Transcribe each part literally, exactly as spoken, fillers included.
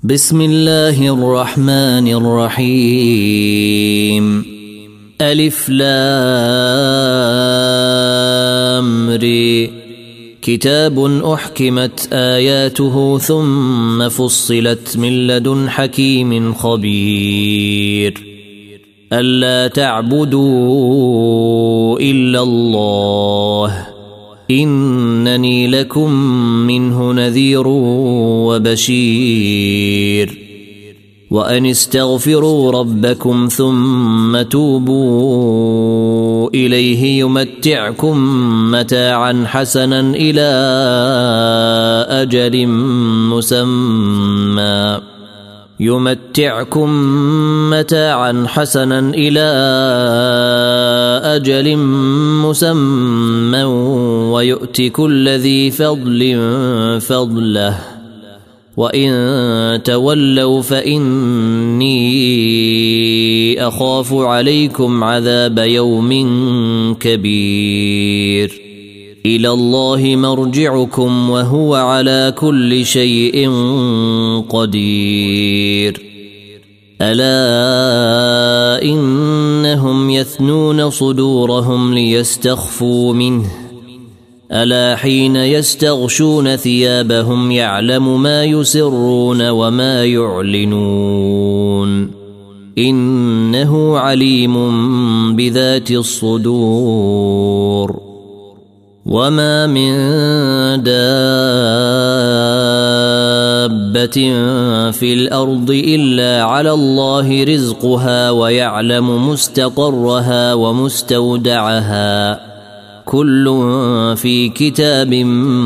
بسم الله الرحمن الرحيم. ألف لام ر. كتاب أحكمت آياته ثم فصلت من لدن حكيم خبير. ألا تعبدوا إلا الله إنني لكم منه نذير وبشير. وأن استغفروا ربكم ثم توبوا إليه يمتعكم متاعا حسنا إلى أجل مسمى يمتعكم متاعا حسنا إلى أجل مسمى ويؤت كل ذي فضل فضله وإن تولوا فإني أخاف عليكم عذاب يوم كبير. إلى الله مرجعكم وهو على كل شيء قدير. ألا إنهم يثنون صدورهم ليستخفوا منه ألا حين يستغشون ثيابهم يعلم ما يسرون وما يعلنون إنه عليم بذات الصدور. وما من دابة في الأرض إلا على الله رزقها ويعلم مستقرها ومستودعها كل في كتاب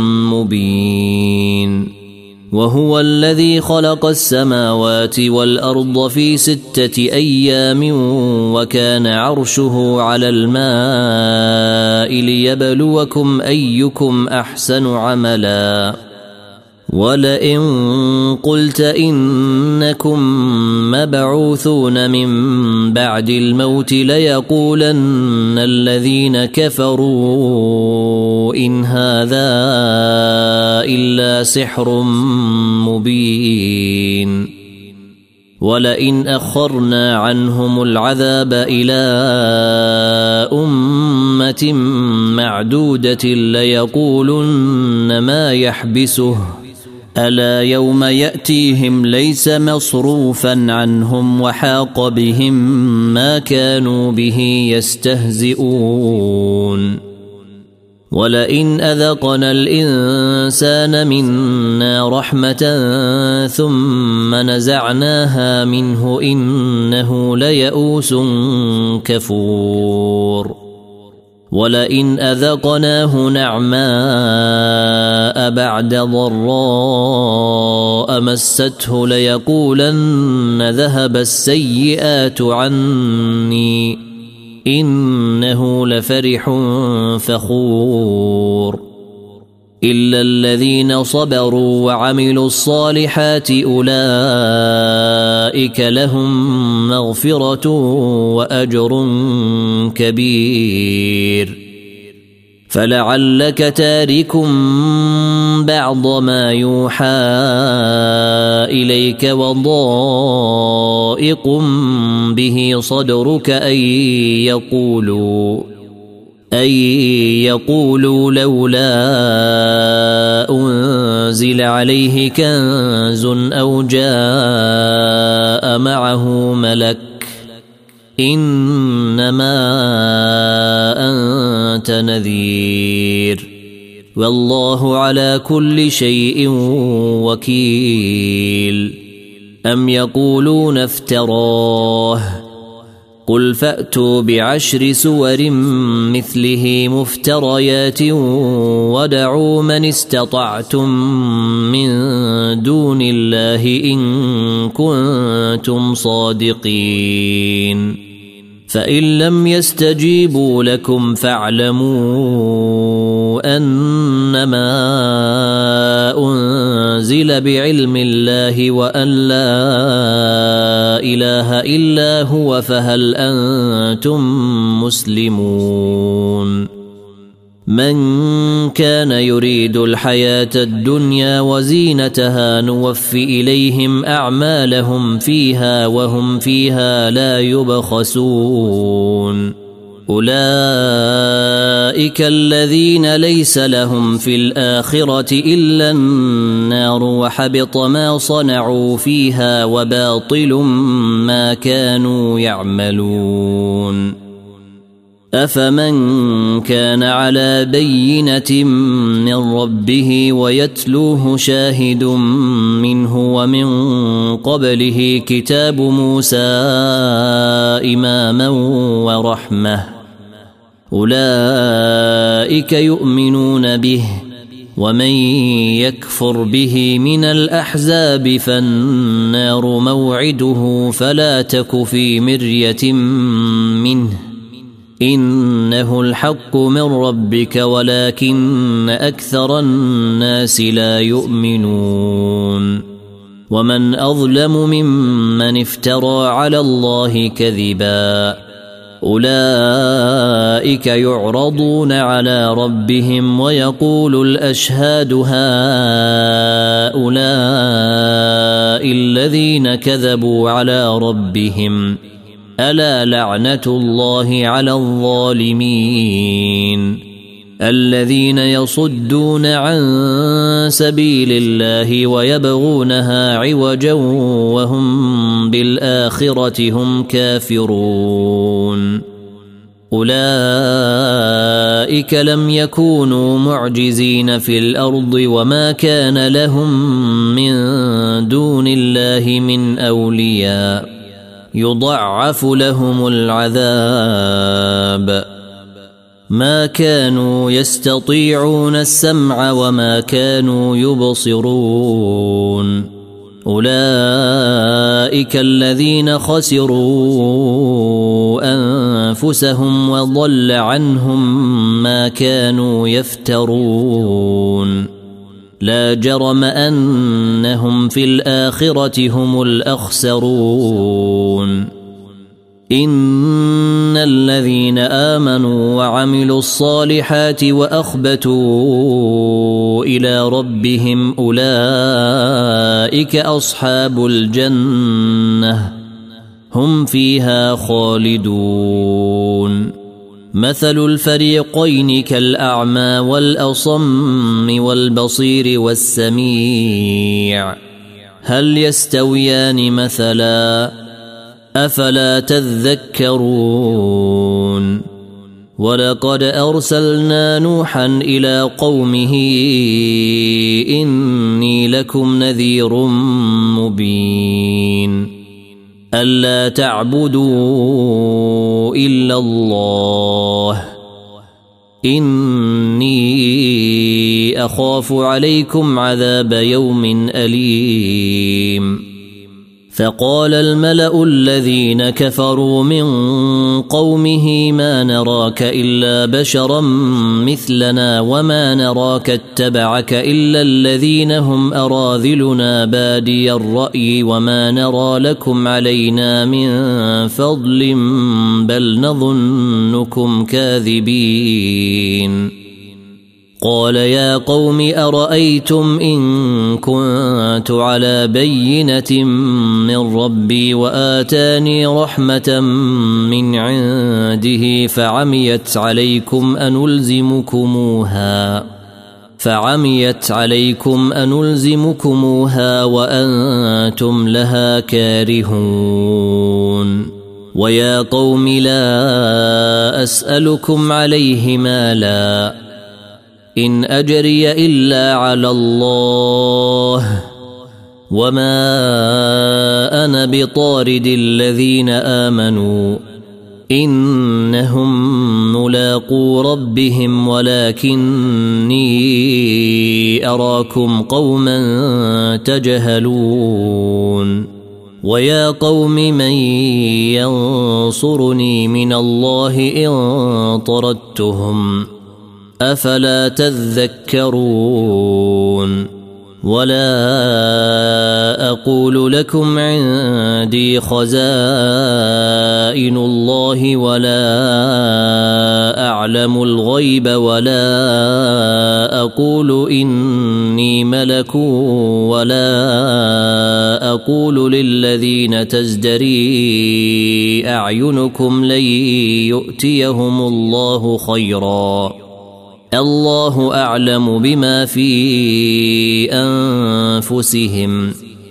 مبين. وهو الذي خلق السماوات والأرض في ستة أيام وكان عرشه على الماء ليبلوكم أيكم أحسن عملا. ولئن قلت إنكم مبعوثون من بعد الموت ليقولن الذين كفروا إن هذا إلا سحر مبين. ولئن أخرنا عنهم العذاب إلى أمة معدودة ليقولن ما يحبسه ألا يوم يأتيهم ليس مصروفا عنهم وحاق بهم ما كانوا به يستهزئون. ولئن أذقنا الإنسان منا رحمة ثم نزعناها منه إنه ليئوس كفور. ولئن أذقناه نعماء بعد ضراء مسته ليقولن ذهب السيئات عني إنه لفرح فخور. إلا الذين صبروا وعملوا الصالحات أولئك لهم مغفرة وأجر كبير. فلعلك تارك بعض ما يوحى إليك وضائق به صدرك أن يقولوا أن يقولوا لولا أنزل عليه كنز أو جاء معه ملك إنما أنت نذير والله على كل شيء وكيل. أم يقولون افتراه قل فأتوا بعشر سور مثله مفتريات ودعوا من استطعتم من دون الله إن كنتم صادقين. فإن لم يستجيبوا لكم فاعلموا أنما أنزل بعلم الله وأن لا إله إلا هو فهل أنتم مسلمون. من كان يريد الحياة الدنيا وزينتها نوفي إليهم أعمالهم فيها وهم فيها لا يبخسون أولئك الذين ليس لهم في الآخرة إلا النار وحبط ما صنعوا فيها وباطل ما كانوا يعملون أفمن كان على بينة من ربه ويتلوه شاهد منه ومن قبله كتاب موسى إماما ورحمة أولئك يؤمنون به ومن يكفر به من الأحزاب فالنار موعده فلا تك في مرية منه إنه الحق من ربك ولكن أكثر الناس لا يؤمنون ومن أظلم ممن افترى على الله كذبا أولئك يعرضون على ربهم ويقول الأشهاد هؤلاء الذين كذبوا على ربهم ألا لعنة الله على الظالمين الذين يصدون عن سبيل الله ويبغونها عوجا وهم بالآخرة هم كافرون أولئك لم يكونوا معجزين في الأرض وما كان لهم من دون الله من أولياء يضعف لهم العذاب ما كانوا يستطيعون السمع وما كانوا يبصرون أولئك الذين خسروا أنفسهم وضل عنهم ما كانوا يفترون لا جرم أنهم في الآخرة هم الأخسرون إن الذين آمنوا وعملوا الصالحات وأخبتوا إلى ربهم أولئك أصحاب الجنة هم فيها خالدون مثل الفريقين كالأعمى والأصم والبصير والسميع هل يستويان مثلا أفلا تذكرون ولقد أرسلنا نوحا إلى قومه إني لكم نذير مبين ألا تعبدوا إلا الله إني أخاف عليكم عذاب يوم أليم فقال الملأ الذين كفروا من قومه ما نراك إلا بشرا مثلنا وما نراك اتبعك إلا الذين هم أراذلنا بادي الرأي وما نرى لكم علينا من فضل بل نظنكم كاذبين قال يا قوم أرأيتم إن كنت على بينة من ربي وآتاني رحمة من عنده فعميت عليكم أنلزمكموها فعميت عليكم أنلزمكموها وأنتم لها كارهون ويا قوم لا أسألكم عليه مالا إن أجري إلا على الله وما أنا بطارد الذين آمنوا إنهم ملاقو ربهم ولكني أراكم قوما تجهلون ويا قوم من ينصرني من الله إن طردتهم أفلا تذكرون ولا أقول لكم عندي خزائن الله ولا أعلم الغيب ولا أقول إني ملك ولا أقول للذين تزدري أعينكم لن يؤتيهم الله خيرا الله أعلم بما في أنفسهم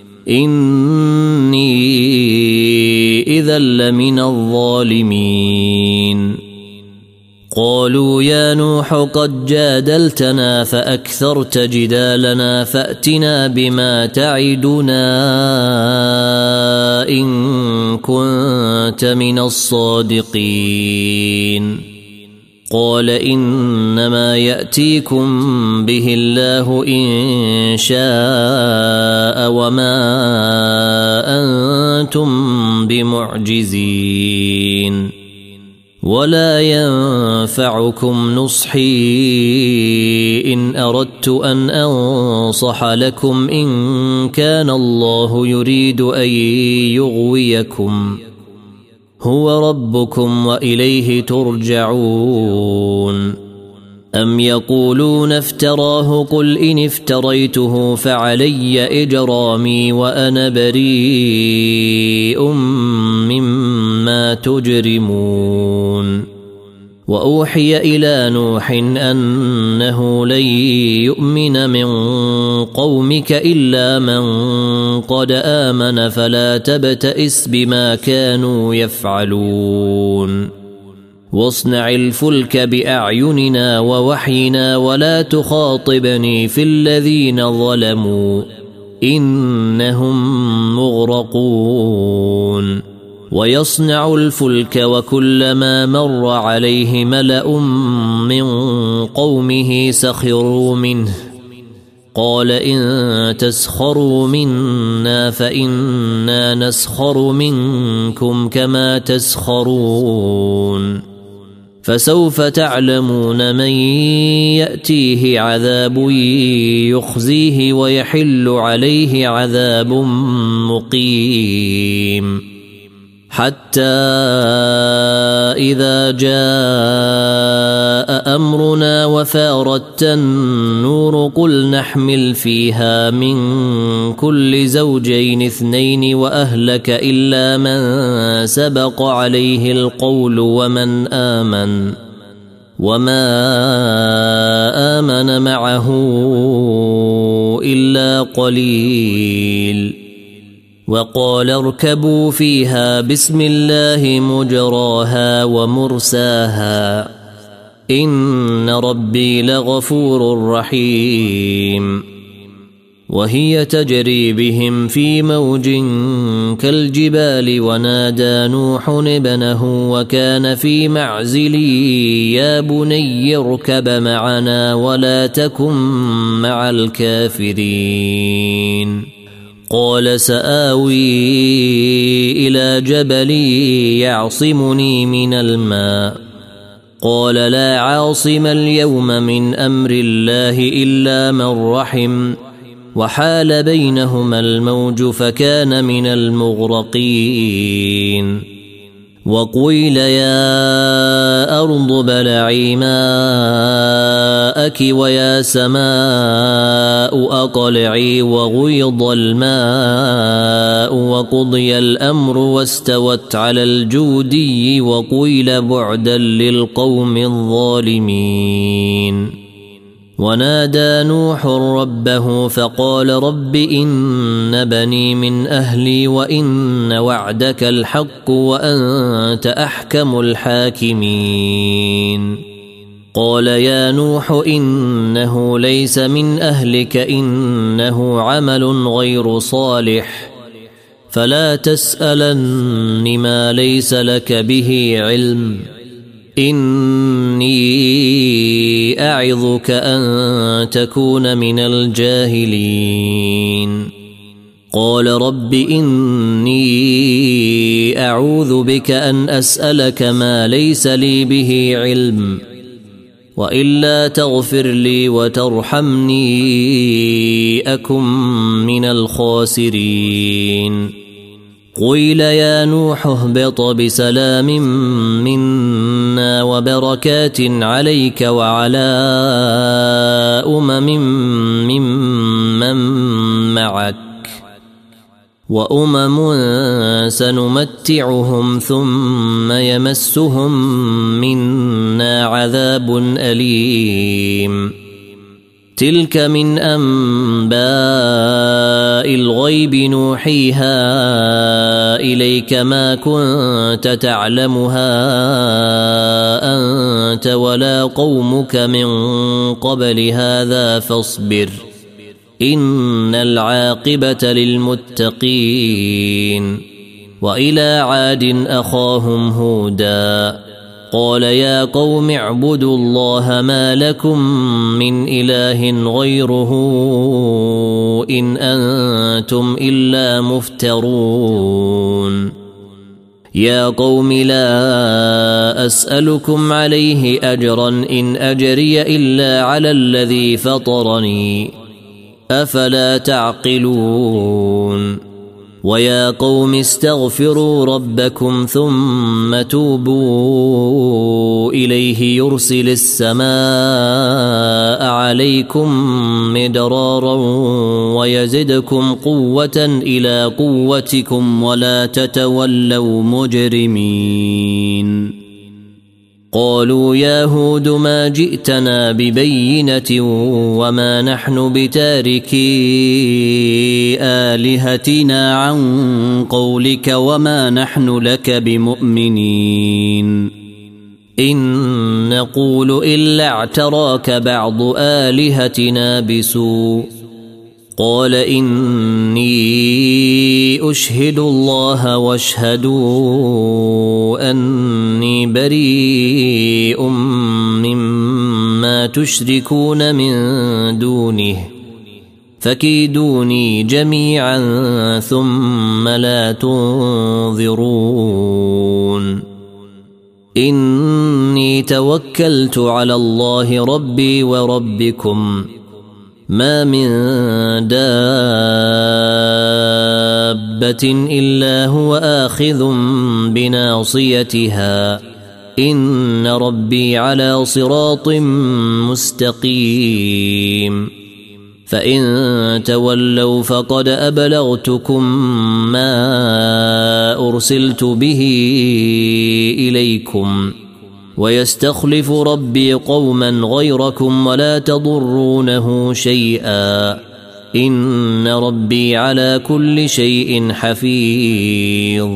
إني إذا لمن الظالمين. قالوا يا نوح قد جادلتنا فأكثرت جدالنا فأتنا بما تعدنا إن كنت من الصادقين. قال إنما يأتيكم به الله إن شاء وما أنتم بمعجزين ولا ينفعكم نصحي إن أردت أن أنصح لكم إن كان الله يريد أن يغويكم هو ربكم وإليه ترجعون. أم يقولون افتراه قل إن افتريته فعلي إجرامي وأنا بريء مما تجرمون. وأوحي إلى نوح أنه لن يؤمن من قومك إلا من قد آمن فلا تبتئس بما كانوا يفعلون. واصنع الفلك بأعيننا ووحينا ولا تخاطبني في الذين ظلموا إنهم مغرقون. ويصنع الفلك وكلما مر عليه ملأ من قومه سخروا منه قال إن تسخروا منا فإنا نسخر منكم كما تسخرون. فسوف تعلمون من يأتيه عذاب يخزيه ويحل عليه عذاب مقيم. حتى إذا جاء أمرنا وفارت النور قل نحمل فيها من كل زوجين اثنين وأهلك إلا من سبق عليه القول ومن آمن وما آمن معه إلا قليل. وقال اركبوا فيها بسم الله مجراها ومرساها إن ربي لغفور رحيم. وهي تجري بهم في موج كالجبال ونادى نوح ابنه وكان في معزل يا بني اركب معنا ولا تكن مع الكافرين. قال سآوي إلى جبل يعصمني من الماء قال لا عاصم اليوم من أمر الله إلا من رحم وحال بينهما الموج فكان من المغرقين. وقيل يا أرض ابلعي ماءك ويا سماء أقلعي وغيض الماء وقضي الأمر واستوت على الجودي وقيل بعدا للقوم الظالمين. ونادى نوح ربه فقال رب إن بني من أهلي وإن وعدك الحق وأنت أحكم الحاكمين. قال يا نوح إنه ليس من أهلك إنه عمل غير صالح فلا تسألن ما ليس لك به علم إني أعظك أن تكون من الجاهلين. قال رب إني أعوذ بك أن أسألك ما ليس لي به علم وإلا تغفر لي وترحمني أكن من الخاسرين قيل يا نوح اهبط بسلام منا وبركات عليك وعلى أمم ممن معك وأمم سنمتعهم ثم يمسهم منا عذاب أليم تلك من أنباء الغيب نوحيها إليك ما كنت تعلمها أنت ولا قومك من قبل هذا فاصبر إن العاقبة للمتقين وإلى عاد أخاهم هودا قال يا قوم اعبدوا الله ما لكم من إله غيره إن أنتم إلا مفترون يا قوم لا أسألكم عليه أجرا إن أجري إلا على الذي فطرني أفلا تعقلون ويا قوم استغفروا ربكم ثم توبوا إليه يرسل السماء عليكم مدرارا ويزدكم قوة إلى قوتكم ولا تتولوا مجرمين قالوا يا هود ما جئتنا ببينة وما نحن بتاركي آلهتنا عن قولك وما نحن لك بمؤمنين إن نقول إلا اعتراك بعض آلهتنا بسوء قال إني أشهد الله واشهدوا أني بريء مما تشركون من دونه فكيدوني جميعا ثم لا تنظرون إني توكلت على الله ربي وربكم ما من دابة إلا هو آخذ بناصيتها إن ربي على صراط مستقيم فإن تولوا فقد أبلغتكم ما أرسلت به إليكم ويستخلف ربي قوما غيركم ولا تضرونه شيئا إن ربي على كل شيء حفيظ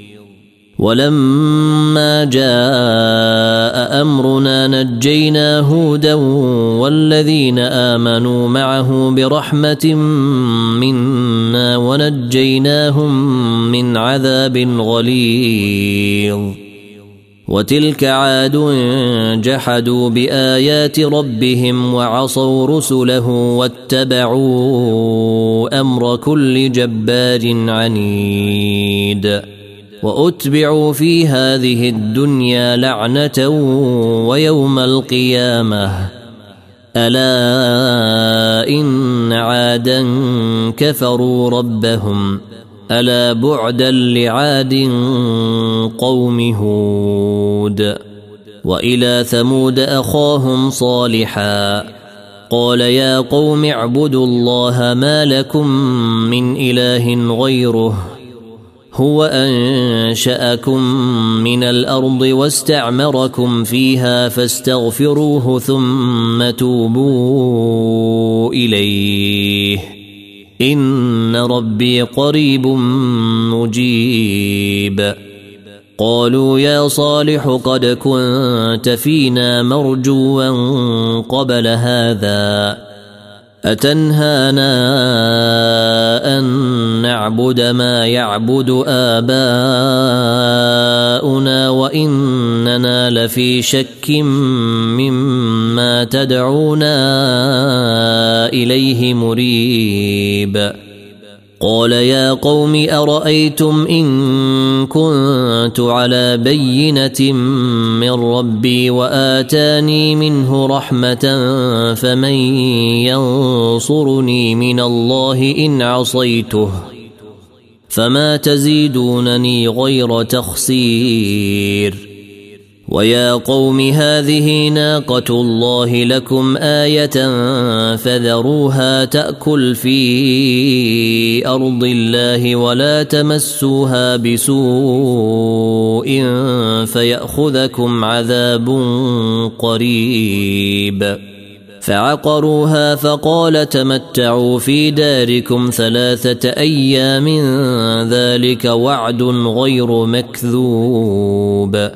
ولما جاء أمرنا نجينا هودا والذين آمنوا معه برحمة منا ونجيناهم من عذاب غليظ وتلك عاد جحدوا بآيات ربهم وعصوا رسله واتبعوا أمر كل جبار عنيد وأتبعوا في هذه الدنيا لعنة ويوم القيامة ألا إن عادا كفروا ربهم ألا بعدا لعاد قوم هود وإلى ثمود أخاهم صالحا قال يا قوم اعبدوا الله ما لكم من إله غيره هو أنشأكم من الأرض واستعمركم فيها فاستغفروه ثم توبوا إليه إن ربي قريب مجيب قالوا يا صالح قد كنت فينا مرجوا قبل هذا أتنهانا أن نعبد ما يعبد آباؤنا وإننا لفي شك مما تدعونا إليه مريب قال يا قوم أرأيتم إن كنت على بينة من ربي وآتاني منه رحمة فمن ينصرني من الله إن عصيته فما تزيدونني غير تخسير ويا قوم هذه ناقة الله لكم آية فذروها تأكل في أرض الله ولا تمسوها بسوء فيأخذكم عذاب قريب فعقروها فقال تمتعوا في داركم ثلاثة أيام ذلك وعد غير مكذوب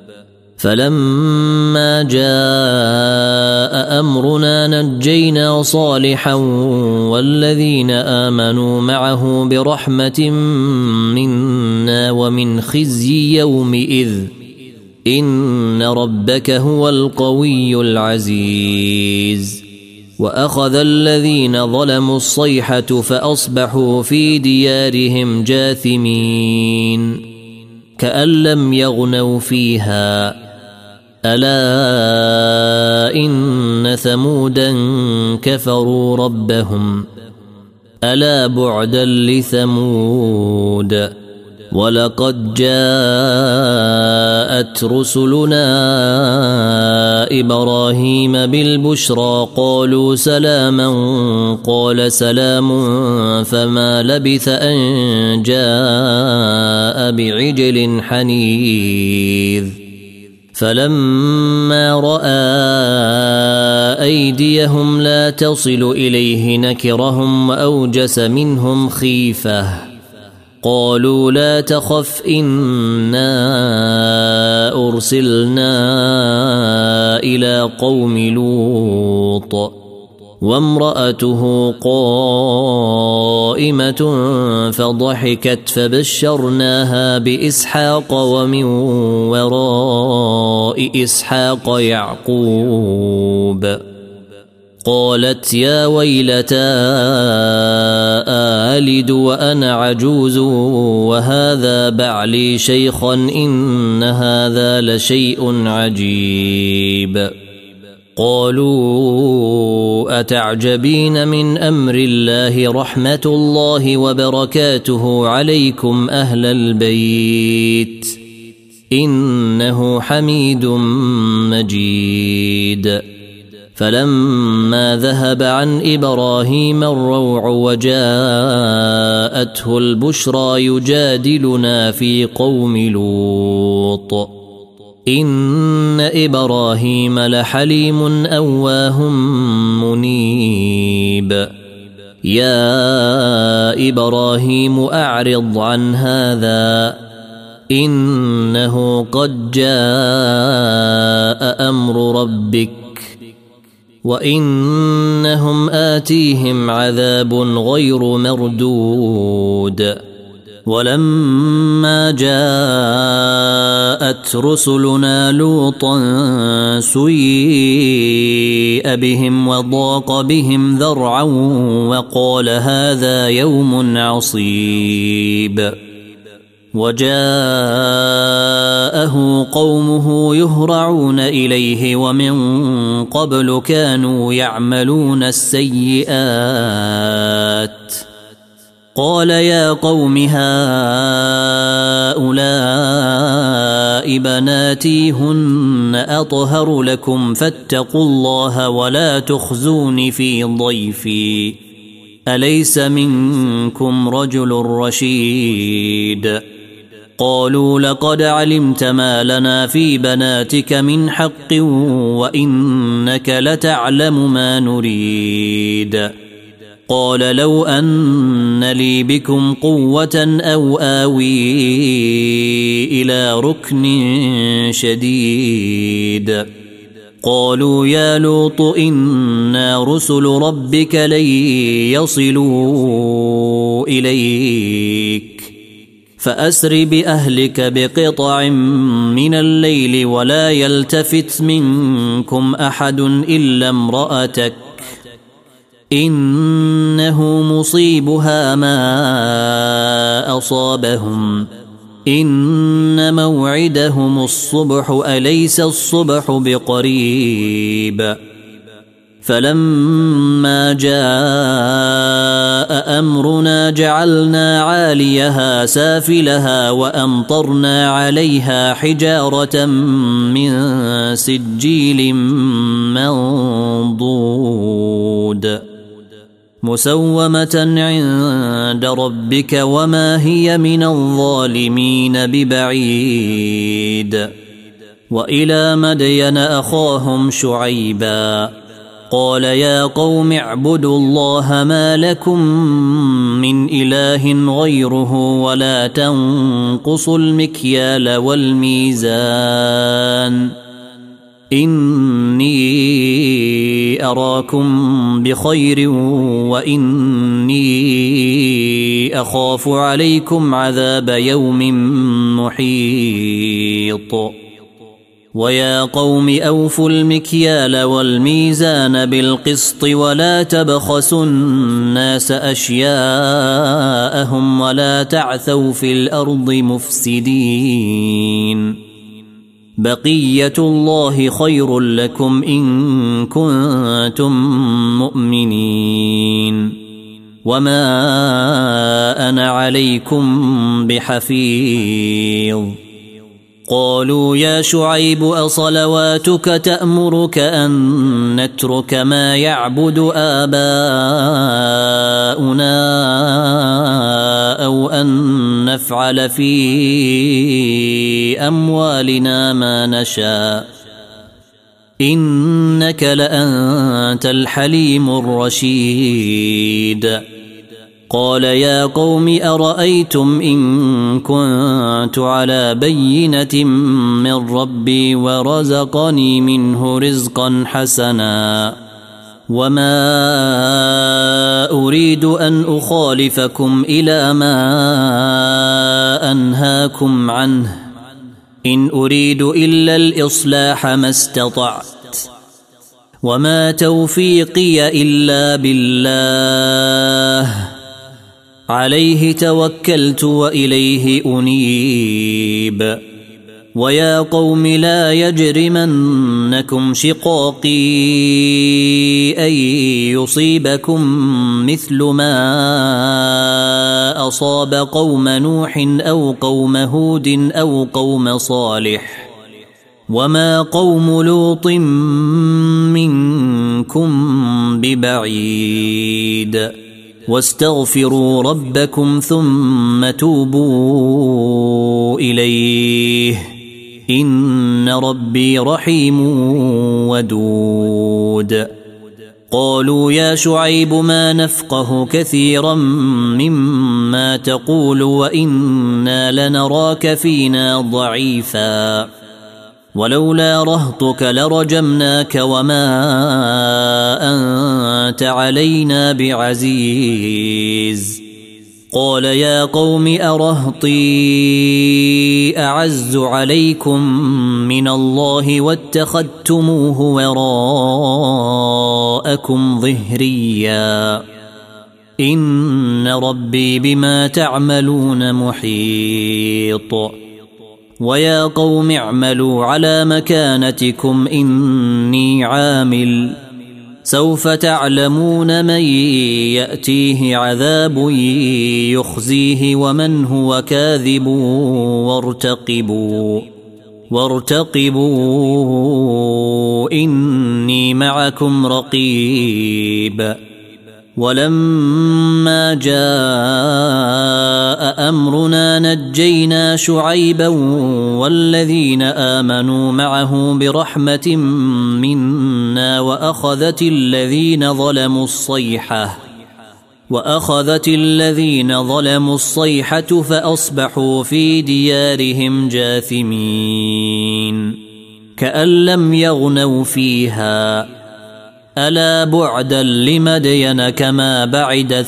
فلما جاء أمرنا نجينا صالحا والذين آمنوا معه برحمة منا ومن خزي يومئذ إن ربك هو القوي العزيز وأخذ الذين ظلموا الصيحة فأصبحوا في ديارهم جاثمين كأن لم يغنوا فيها ألا إن ثمودا كفروا ربهم ألا بعدا لثمود ولقد جاءت رسلنا إبراهيم بالبشرى قالوا سلاما قال سلام فما لبث أن جاء بعجل حنيذ فلما رأى أيديهم لا تصل إليه نكرهم وأوجس منهم خيفة قالوا لا تخف إنا أرسلنا إلى قوم لوط وامرأته قائمة فضحكت فبشرناها بإسحاق ومن وراء إسحاق يعقوب قالت يا ويلتى آلد وأنا عجوز وهذا بعلي شيخا إن هذا لشيء عجيب قالوا أتعجبين من أمر الله رحمة الله وبركاته عليكم أهل البيت إنه حميد مجيد فلما ذهب عن إبراهيم الروع وجاءته البشرى يجادلنا في قوم لوط إن إبراهيم لحليم أواه منيب يا إبراهيم أعرض عن هذا إنه قد جاء أمر ربك وإنهم آتيهم عذاب غير مردود ولما جاءت رسلنا لوطا سيء بهم وضاق بهم ذرعا وقال هذا يوم عصيب وجاءه قومه يهرعون إليه ومن قبل كانوا يعملون السيئات قال يا قوم هؤلاء بناتي هن أطهر لكم فاتقوا الله ولا تخزون في ضيفي أليس منكم رجل رشيد قالوا لقد علمت ما لنا في بناتك من حق وإنك لتعلم ما نريد قال لو أن لي بكم قوة أو آوي إلى ركن شديد قالوا يا لوط إنا رسل ربك لن يصلوا إليك فأسر بأهلك بقطع من الليل ولا يلتفت منكم أحد إلا امرأتك إنه مصيبها ما أصابهم إن موعدهم الصبح أليس الصبح بقريب فلما جاء أمرنا جعلنا عاليها سافلها وأمطرنا عليها حجارة من سجيل منضود مسومة عند ربك وما هي من الظالمين ببعيد وإلى مدين أخاهم شعيبا قال يا قوم اعبدوا الله ما لكم من إله غيره ولا تنقصوا المكيال والميزان إني أراكم بخير وإني أخاف عليكم عذاب يوم محيط ويا قوم أوفوا المكيال والميزان بالقسط ولا تبخسوا الناس أشياءهم ولا تعثوا في الأرض مفسدين بقية الله خير لكم إن كنتم مؤمنين وما أنا عليكم بحفيظ قالوا يا شعيب أصلواتك تأمرك أن نترك ما يعبد آباؤنا أو أن نفعل في أموالنا ما نشاء إنك لأنت الحليم الرشيد قال يا قوم أرأيتم إن كنت على بينة من ربي ورزقني منه رزقا حسنا وما أريد أن أخالفكم إلى ما أنهاكم عنه إن أريد إلا الإصلاح ما استطعت وما توفيقي إلا بالله عليه توكلت وإليه أنيب ويا قوم لا يجرمنكم شقاقي أن يصيبكم مثل ما أصاب قوم نوح أو قوم هود أو قوم صالح وما قوم لوط منكم ببعيد واستغفروا ربكم ثم توبوا إليه إن ربي رحيم ودود قالوا يا شعيب ما نفقه كثيرا مما تقول وإنا لنراك فينا ضعيفا ولولا رهطك لرجمناك وما أنت علينا بعزيز قال يا قوم أرهطي أعز عليكم من الله واتخذتموه وراءكم ظهريا إن ربي بما تعملون محيط ويا قوم اعملوا على مكانتكم إني عامل سوف تعلمون من يأتيه عذاب يخزيه ومن هو كاذب وارتقبوا وارتقبوا إني معكم رقيب ولما جاء أمرنا نجينا شعيبا والذين آمنوا معه برحمة منا وأخذت الذين ظلموا الصيحة وأخذت الذين ظلموا الصيحة فأصبحوا في ديارهم جاثمين كأن لم يغنوا فيها ألا بعدا لمدين كما بعدت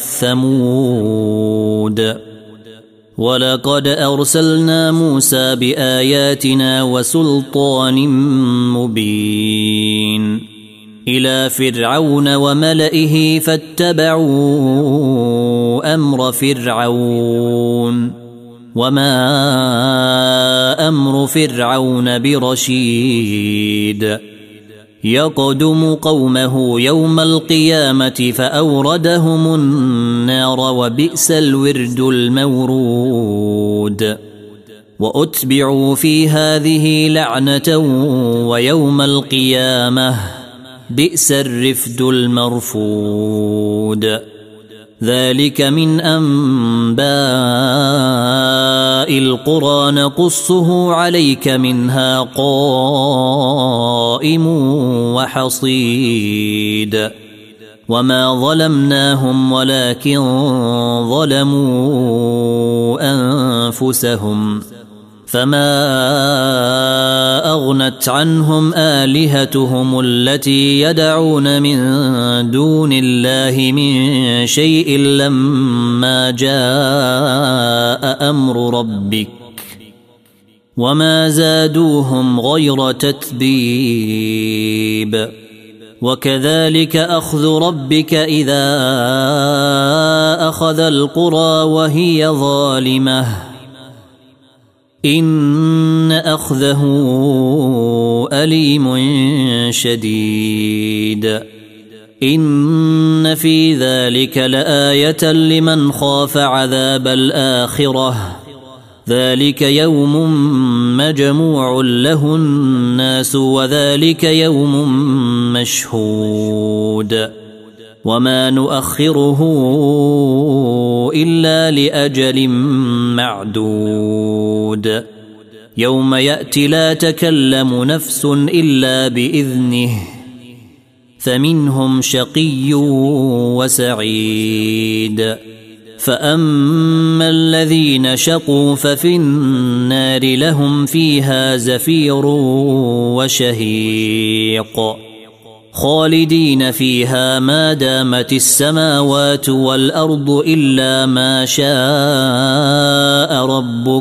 ثمود ولقد أرسلنا موسى بآياتنا وسلطان مبين إلى فرعون وملئه فاتبعوا أمر فرعون وما أمر فرعون برشيد يقدم قومه يوم القيامة فأوردهم النار وبئس الورد المورود وأتبعوا في هذه لعنة ويوم القيامة بئس الرفد المرفود ذلك من أنباء القرى نقصه عليك منها قائم وحصيد وما ظلمناهم ولكن ظلموا أنفسهم فما أغنت عنهم آلهتهم التي يدعون من دون الله من شيء لما جاء أمر ربك وما زادوهم غير تتبيب وكذلك أخذ ربك إذا أخذ القرى وهي ظالمة إن أخذه أليم شديد إن في ذلك لآية لمن خاف عذاب الآخرة ذلك يوم مجموع له الناس وذلك يوم مشهود وما نؤخره إلا لأجل معدود يوم يأتي لا تكلم نفس إلا بإذنه فمنهم شقي وسعيد فأما الذين شقوا ففي النار لهم فيها زفير وشهيق خالدين فيها ما دامت السماوات والأرض إلا ما شاء ربك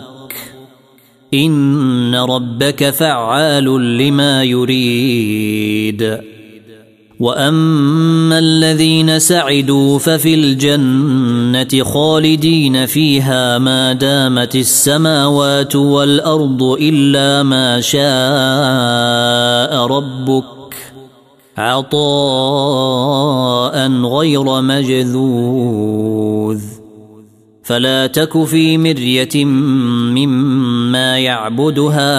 إن ربك فعال لما يريد وأما الذين سعدوا ففي الجنة خالدين فيها ما دامت السماوات والأرض إلا ما شاء ربك عطاء غير مجذوذ فلا تك في مرية مما يعبد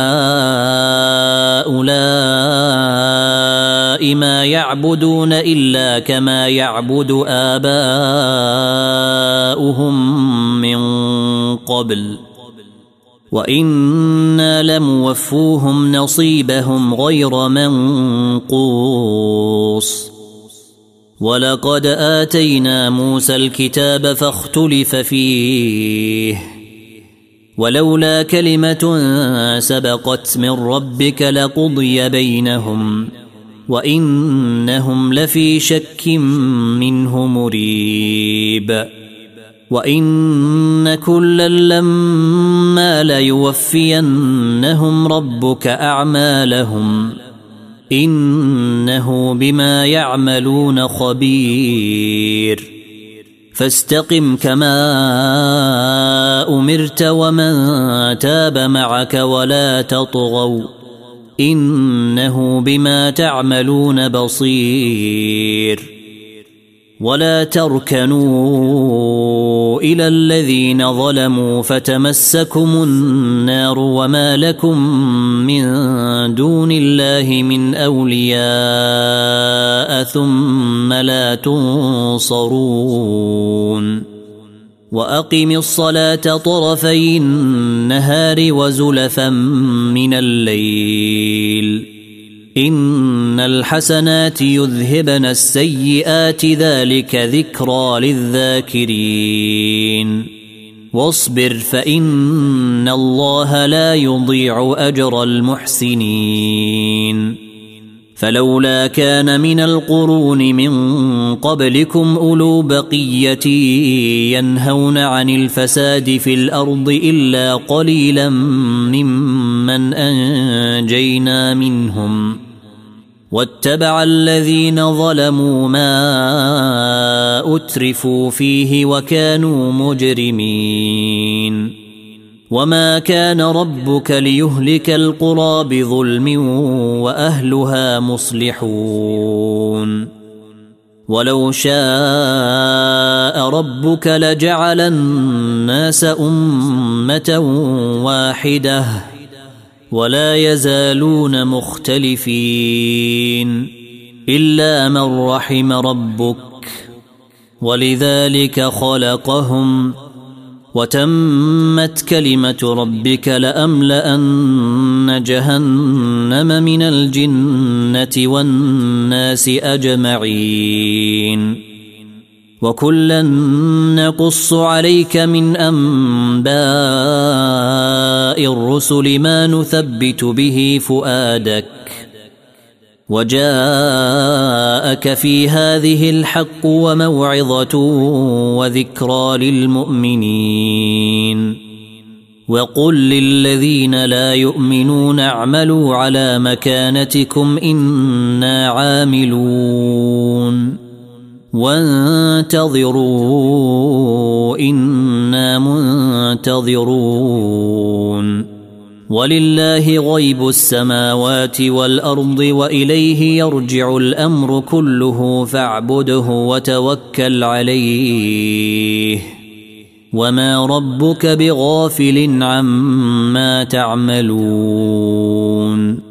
هؤلاء ما يعبدون إلا كما يعبد آباؤهم من قبل وإنا لموفوهم نصيبهم غير منقوص ولقد آتينا موسى الكتاب فاختلف فيه ولولا كلمة سبقت من ربك لقضي بينهم وإنهم لفي شك منه مريب وإن كلا لما ليوفينهم ربك أعمالهم إنه بما يعملون خبير فاستقم كما أمرت ومن تاب معك ولا تطغوا إنه بما تعملون بصير ولا تركنوا إلى الذين ظلموا فتمسكم النار وما لكم من دون الله من أولياء ثم لا تنصرون وأقم الصلاة طرفي النهار وزلفا من الليل إن الحسنات يذهبن السيئات ذلك ذكرى للذاكرين واصبر فإن الله لا يضيع أجر المحسنين فلولا كان من القرون من قبلكم أولو بقية ينهون عن الفساد في الأرض إلا قليلا ممن أنجينا منهم واتبع الذين ظلموا ما أترفوا فيه وكانوا مجرمين وما كان ربك ليهلك القرى بظلم وأهلها مصلحون ولو شاء ربك لجعل الناس أمة واحدة ولا يزالون مختلفين إلا من رحم ربك ولذلك خلقهم وتمت كلمة ربك لأملأن جهنم من الجنة والناس أجمعين وكلا نقص عليك من أنباء الرسل ما نثبت به فؤادك وجاءك في هذه الحق وموعظة وذكرى للمؤمنين وقل للذين لا يؤمنون اعملوا على مكانتكم إنا عاملون وانتظروا إنا منتظرون ولله غيب السماوات والأرض وإليه يرجع الأمر كله فاعبده وتوكل عليه وما ربك بغافل عما تعملون